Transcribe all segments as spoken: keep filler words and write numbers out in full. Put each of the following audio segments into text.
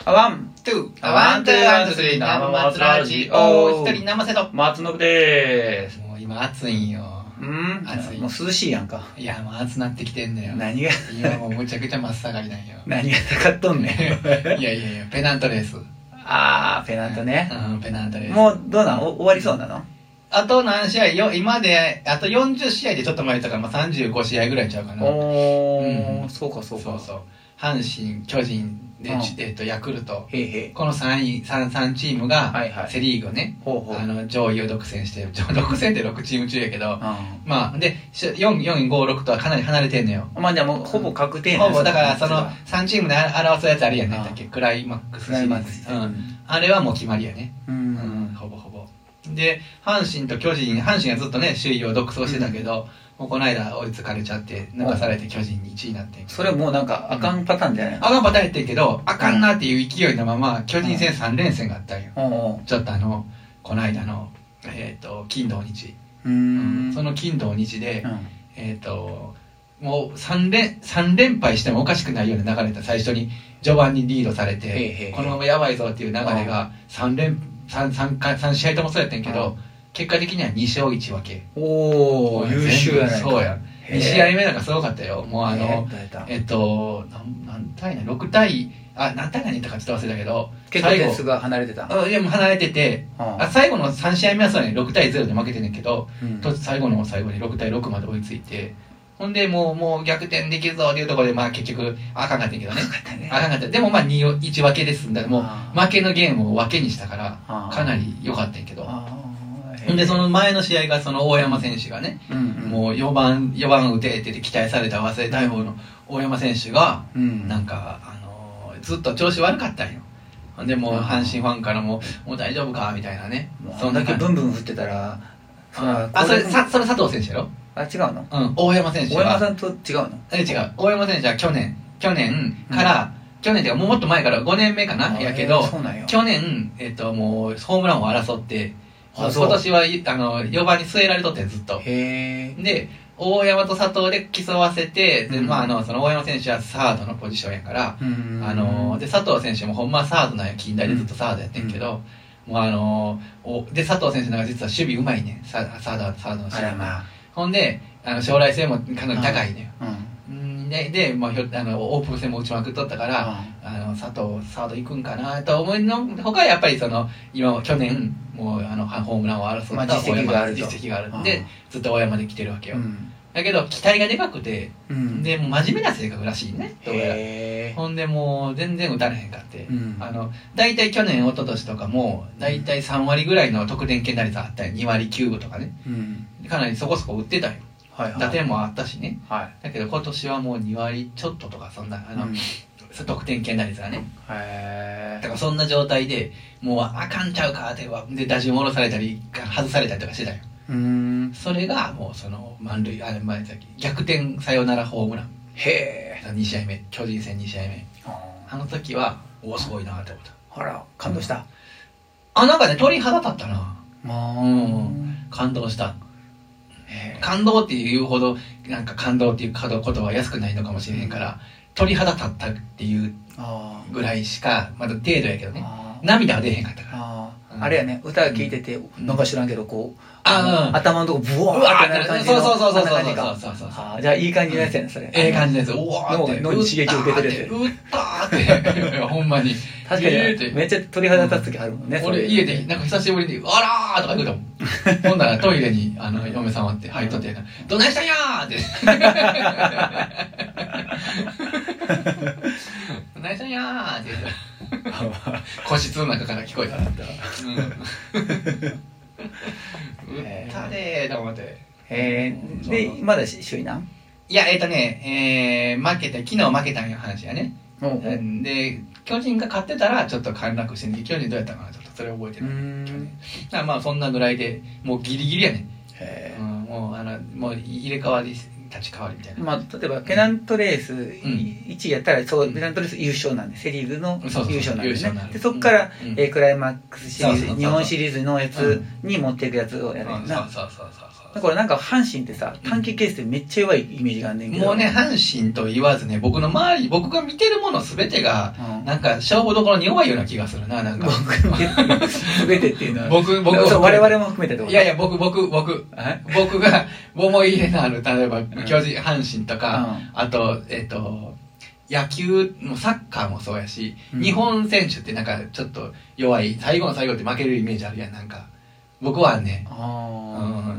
ワン、 ツー、 ワン、ツー、ワン、ツー、スリー、生松ラジオ。 一人生瀬戸。 松信でーす。 もう今暑いんよ。 うん暑い。 もう涼しいやんか。 いや、もう暑なってきてんだよ。 何が今もうむちゃくちゃ真っ盛りなんよ。 何がたかっとんねん。 いやいやいや、ペナントレース。 あー、ペナントね。 うん、ペナントレース。 もう、どうなんお終わりそうなの？ あと何試合よ、今で、あとよんじゅう試合でちょっと前だから、まあ、さんじゅうご試合ぐらいちゃうかな。 おー、 うん、 そうかそうか。 そうそう。阪神、巨人、で、うん、えっと、ヤクルト。 へいへい。 このさんい、さん、さんチームが、セリーグをね、 ほうほう、 あの、上位を独占してる。独占ってろくチーム中やけど、 うん、 まあ、で、よん、よん、ご、ろくとはかなり離れてんのよ。 まあじゃあもう、ほぼ確定ほぼ、だからその、さんチームで表すやつあるやんね。だっけ、クライマックスシリーズ。 クライマックス。 うん。あれはもう決まりやね。 うん。うん、 ほぼほぼ。で、阪神と巨人、阪神がずっとね、首位を独走してたけど、うんもうこの間追いつかれちゃって抜かされて巨人にいちいになってん。 それもうなんかあかんパターンじゃないの？ あかんパターンやってんけど、あかんなっていう勢いのまま巨人戦さん連戦があったんよ。うん、ちょっとあのこの間のえっ、ー、と金土日。 うーん、 その金土日で、うん、えっ、ー、ともうさん連さん連敗してもおかしくないような流れた最初に序盤にリードされて、へいへいこのままやばいぞっていう流れがさん連 3, 3, 回さん試合ともそうやったんやけど。うん結果的にはに勝いち分け。 おー、優秀やないか。 そうや。に試合目なんかすごかったよ。もうあの、えっと、何対何 ?ろく 対、あ、何対何言ったかちょっと忘れたけど、 結構点数が離れてた。 あ、いやもう離れてて、あ最後のさん試合目はそうやねろく対ゼロで負けてんねんけど、うん、最後の最後にろく対ろくまで追いついて、ほんでもう、もう逆転できるぞっていうところで、まあ結局、あかんかったんけどね。あかんかった。でもまあに、いち分けですんだ。もう負けのゲームを分けにしたから、かなり良かったんやけど。で、その前の試合が、その大山選手がね、うんうん、もうよばん、よばん打てって期待された早稲田大砲の大山選手が、うん、なんか、あのー、ずっと調子悪かったんよ。で、もう阪神ファンからも、もう大丈夫かみたいなね。 そんだけブンブン振ってたら、 あ、あそれ、さ、それ佐藤選手やろ？ あ、違うの？ うん、大山選手は。 大山さんと違うの？ え、違う。大山選手は去年、去年から、うん去年っていうかもっと前からごねんめかなやけど、去年、えっと、もうホームランを争って、今年はあのよばんに据えられとってずっと。 へで、大山と佐藤で競わせて、で、まあ、あの、その大山選手はサードのポジションやから、あの、で、佐藤選手もほんまはサードなんや、近代でずっとサードやってんけど、もうあの、で、佐藤選手なんか実は守備うまいねサード、サードの守備。ほんで、あの、将来性もかなり高いねで、で、まあ、ひょあのオープン戦も打ちまくっとったから、うん、あの佐藤サード行くんかなと思いのほかやっぱりその今去年もうあのホームランを争った、 まあ、実績があると実績があるんで、うん、ずっと大山で来てるわけよ、うん、だけど期待がでかくて、うん、でもう真面目な性格らしいねどうやらほんでもう全然打たれへんかって、うん、あの大体去年一昨年とかも大体さん割ぐらいの得点圏打率あったよに割きゅうぶとかね、うん、かなりそこそこ打ってたよはいはい、打点もあったしね、はい、だけど今年はもうに割ちょっととかそんなあの、うん、得点圏打率がねへだからそんな状態でもうあかんちゃうかってで打順下ろされたり外されたりとかしてたようんそれがもうその満塁あれ前逆転サヨナラホームランへえに試合目巨人戦に試合目あの時はおおすごいなって思ったあら感動した、うん、 あなんかね鳥肌立ったなうん、感動した感動っていうほどなんか感動っていう言葉は安くないのかもしれへんから鳥肌立ったっていうぐらいしかまだ程度やけどね涙は出へんかったからあ、うん、あれやね歌が聴いてて、うん、なんか知らんけどこうあ、 うん、頭のとこブワーってなる感じのそうそうそうそうそうそうそうそうじゃあいい感じのやつやねそれええ感じのやつうわーって脳に刺激を受けてるやつうったーってほんまに確かにめっちゃ鳥肌立つ時あるもんね、 うん、俺家でなんか久しぶりに「あらー」とか言うたもんほんならトイレにあの嫁さんはって入っとって「どないしたんやー」って「どないしたんやー」って言って個室の中から聞こえたんだうったれーと思ってへえでまだ首位なん？ いやえっとねえー、負けた昨日負けたんいう話やねで巨人が勝ってたらちょっと陥落して巨人どうやったかなちょっとそれ覚えてない去年だからまあそんなぐらいでもうギリギリやねへ、うん、もうあのもう入れ替わり立ち替わりみたいな、 まあ、例えばペナントレースいちいやったらそう、うん、ペナントレース優勝なんでセ・リーグの優勝なんでねでそこから、うんえー、クライマックスシリーズ日本シリーズのやつに持っていくやつをやるんだそうそうそうそうだからなんか阪神ってさ短期決戦めっちゃ弱いイメージがあんねんけどもうね阪神と言わずね僕の周り僕が見てるもの全てが、 なんか勝負どころに弱いような気がするな、なんか。 僕、すべてっていうのは。 僕、僕、 我々も含めてってこと？ いやいや、僕、僕、僕、僕が思い入れのある、例えば、巨人、阪神とか、あと、えっと、野球もサッカーもそうやし、日本選手ってなんかちょっと弱い、最後の最後って負けるイメージあるやん、なんか。僕はね。うん、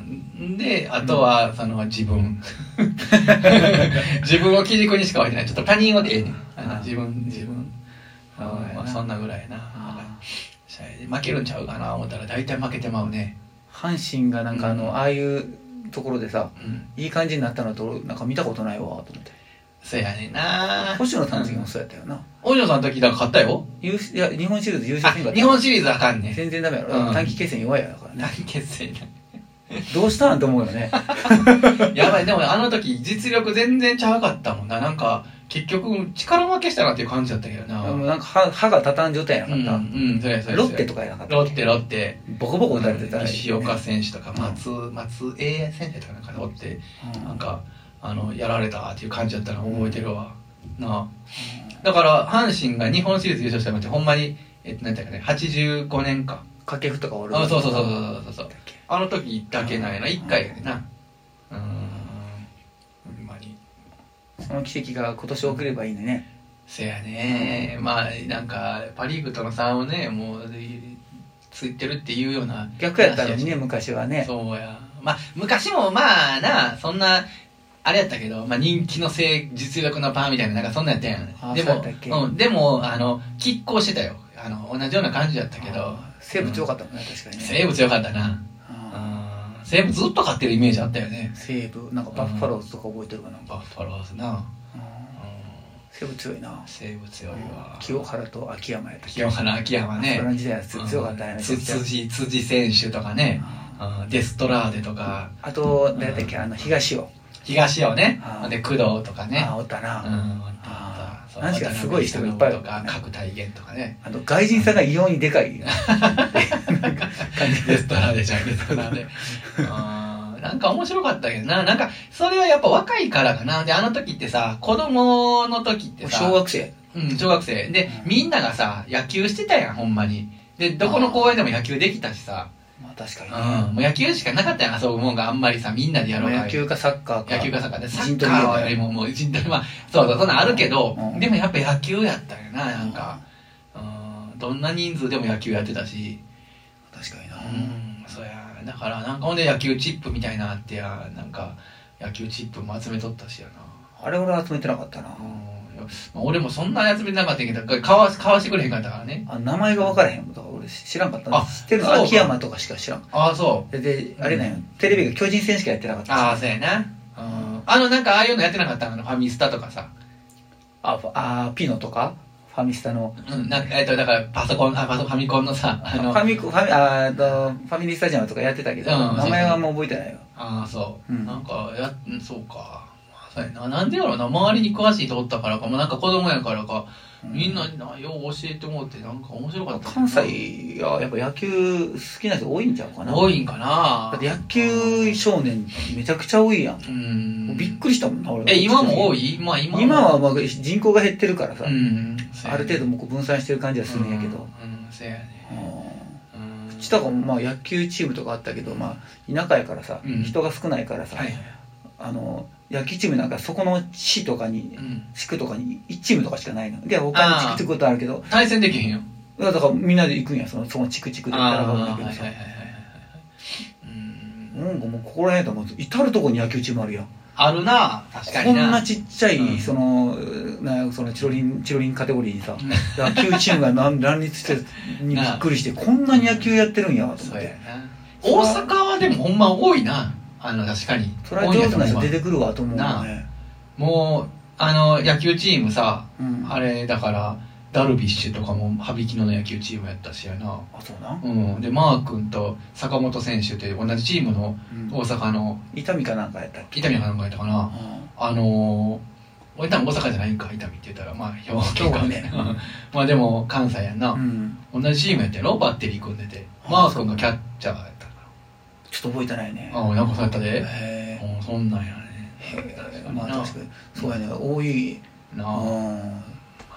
で、あとは、その自分。自分を基軸にしか置いてない。ちょっと他人をでええねん。自分、自分。まあ、そんなぐらいな。負けるんちゃうかな思ったら大体負けてまうね。 阪神がなんかあの、うん、ああいうところでさ、うん、いい感じになったのとなんか見たことないわと思って。 そうやねんな。 星野さんの時もそうやったよな。 星野さんの時だから勝ったよ。 いや、日本シリーズ優勝せんかった。 日本シリーズあかんねん。 全然ダメやろ。うん、短期決戦弱いやからね。 短期決戦どうしたんと思うよね。 やばい、でもあの時実力全然ちゃうかったもんな。なんか、結局力負けしたなっていう感じだったけどな。 なんか歯、歯が立たん状態やなかった。うん、 うん、それそれ。 ロッテとかやなかった。 ロッテ、ロッテ。 ボコボコ打たれてた、 ね。西岡選手とか、松、松栄先生とかなんかロッテ、なんか、あの、やられたっていう感じだったの覚えてるわ。なあ。だから、阪神が日本シリーズ優勝したのってほんまに、えっと、なんていうかね、はちじゅうごねんか。 掛布とかおる。 あ、そうそうそうそうそう。あの時だけなんやな、いっかいやでな。うん。ほんまに。 その奇跡が今年送ればいいね。 せやね。まあ、なんか、パ・リーグとの差をね、もう、ついてるっていうような。 逆やったのにね、昔はね。 そうや。まあ、昔もまあな、そんな、あれやったけど、まあ人気のせい、実力のパンみたいな、なんかそんなんやったやん。でも、うん、でも、あの、拮抗してたよ。あの、同じような感じやったけど。 西武強かったもんね、確かにね。 西武強かったな。西武ずっと勝ってるイメージあったよね。 西武、なんかバッファローズとか覚えてるかな。 バッファローズな。 西武強いな。 西武強いわ。 清原と秋山やったっけ。 清原、秋山ね。 その時代は強かったよね。 辻、辻選手とかね。デストラーデとか。 あと、誰だっけ、あの、東尾。 東尾ね。で、工藤とかね。 あ、おったな。 うん、おった。 何しかすごい人がいっぱいとか、各体現とかね。 あと、外人さんが異様にでかい。 デストラーデじゃん、デストラーデ。なんか面白かったけどな。なんか、それはやっぱ若いからかな。で、あの時ってさ、子供の時ってさ。 小学生。 うん、小学生。で、みんながさ、野球してたやん、ほんまに。で、どこの公園でも野球できたしさ。 まあ確かにね。うん。もう野球しかなかったやん、遊ぶもんがあんまりさ、みんなでやろうか。 野球かサッカーか。 野球かサッカーで、サッカーよりももう、陣取り、まあ、そうそう、そんなんあるけど、うん、でもやっぱ野球やったよな、なんか。うん。どんな人数でも野球やってたし。 確かにな。 うん、そうや。だからなんかほんで野球チップみたいなあってや、なんか野球チップも集めとったしやな。 あれ俺集めてなかったな。うん、 俺もそんな集めてなかったけど、買わ買わしてくれへんかったからね。 あ、名前が分からへん。だから俺知らんかったな。知ってるの秋山とかしか知らん。 ああ、そう。 で、であれなんよ、うん、テレビが巨人戦しかやってなかった。 ああ、そうやな。うん。あのなんかああいうのやってなかったの、ファミスタとかさ。 ああ、ピノとかファミスタの。 うん、なんか、えっと、だから、パソコン、あ、パソファミコンのさ、 あの、ファミコン、ファミ、あと、ファミリースタジアムとかやってたけど、うん、名前はもう覚えてないよ。 ああ、そう。うん、なんか、や、そうか。そうやな。なんでやろうな、周りに詳しい人おったからか、もうなんか子供やからか、みんなにな、よう教えてもらって、なんか面白かった。 関西はやっぱ野球好きな人多いんちゃうかな。 多いんかな。 だって野球少年めちゃくちゃ多いやん。うん。びっくりしたもんな、俺。 え、今も多い？まあ今は。 今はまあ人口が減ってるからさ、うん、ある程度もう分散してる感じはするんやけど。 うん、そうやね。 うちとかもまあ野球チームとかあったけど、まあ田舎やからさ、人が少ないからさ、あの、野球チームなんかそこの市とかに、うん、地区とかにいちチームとかしかないので、他に地区ってことあるけど対戦できへんよ。 だからみんなで行くんや、そのその地区地区で戦うんだけどさ、なんかもうここら辺とも至るとこに野球チームあるやん。 あるな、確かにな。 こんなちっちゃい、うん、そのなそのチロリンチロリンカテゴリーにさ、野球チームが乱乱立してにびっくりしてこんなに野球やってるんやと思って。そうやな。 大阪はでもほんま多いな。あの、確かに。 それは上手な人出てくるわと思うよね。 もう、あの、野球チームさ、うん、あれ、だから、ダルビッシュとかも、羽曳野の野球チームやったしやな。 あ、そうな。 うん。で、マー君と坂本選手って同じチームの、大阪の、 うん、伊丹かなんかやったっけ？ 伊丹かなんかやったかな。うん、あのー、俺多分大阪じゃないんか、伊丹って言ったら、まあ、兵庫県かね。まあでも、関西やんな。うん、同じチームやってろ、バッテリー組んでて。マー君がキャッチャーやった。 ちょっと覚えてないね。 ああ、なんかそうやったで。へえ。そんなんやね。 へえ。まあ確かに。そうやね。多い。なあ。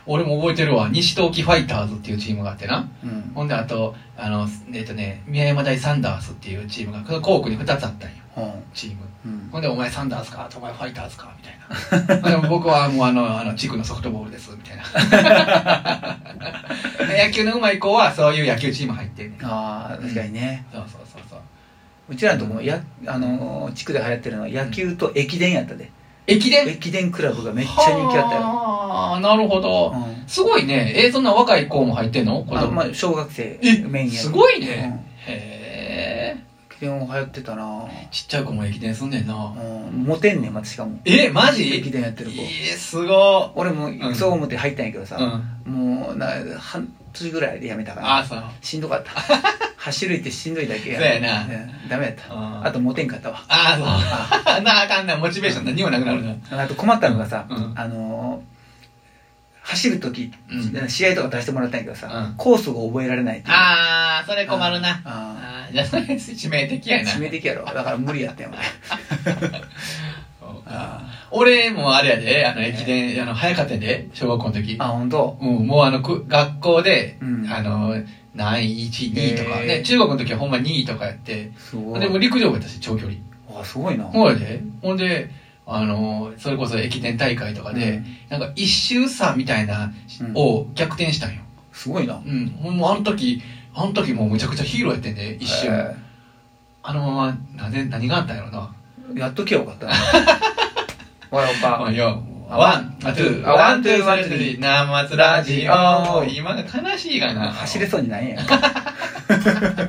俺も覚えてるわ。西東京ファイターズっていうチームがあってな。 うん、 ほんで、あと、あの、えっとね、宮山大サンダースっていうチームが、校区にふたつあったんよ。うん、チーム。うん、ほんで、お前サンダースか、お前ファイターズか、みたいな。でも僕はもうあの、あの、地区のソフトボールです、みたいな。野球の上手い子はそういう野球チーム入ってんねん。 ああ、確かにね。 そうそうそうそう。 うちらのとこもや、あのー、地区で流行ってるのは野球と駅伝やったで。 駅伝駅伝クラブがめっちゃ人気あったよ。 ああ、なるほど、うん。すごいね。えー、そんな若い子も入ってんの？ あ、まあ、小学生メインや。 すごいね。 うん、へえ。駅伝も流行ってたな。 ちっちゃい子も駅伝すんねんな。 うん、モテんねん、またしかも。 え、マジ？ 駅伝やってる子。 えー、すごい。 俺もそう思って入ったんやけどさ、うん、もうな、半年ぐらいでやめたから。 あ、そう。 しんどかった。走るってしんどいだけや。 そうやな。 ダメやった。あとモテんかったわ。 ああ、そう。なあかんな、モチベーション何もなくなるな。 あと困ったのがさ、あの、走るとき、試合とか出してもらったんやけどさ、コースが覚えられないっていう。 ああ、それ困るな。ああ、じゃあそれ致命的やな。 致命的やろ。だから無理やったよ、 俺もあれやで、あの、駅伝、あの、早かったんで、小学校の時。 あ、ほんと？ うん、もうあの、学校で、あの、何位、いちい、にいとか、ね、中国の時はほんまにいとかやって、すごい。でも陸上部やったし、長距離。 あ、すごいな。 ほんで、ほんで、あの、それこそ駅伝大会とかで、なんか一周差みたいな、を逆転したんよ。 すごいな。 うん。もうあの時、あの時もうむちゃくちゃヒーローやってんで、一瞬。あのまま、なぜ、何があったんやろな。 やっときゃよかったな。わよか。 ワン、あ、ツー、ワン、ツー、ワン、ツー、生松ラジオ。今が悲しいがな。 走れそうにないんやんか。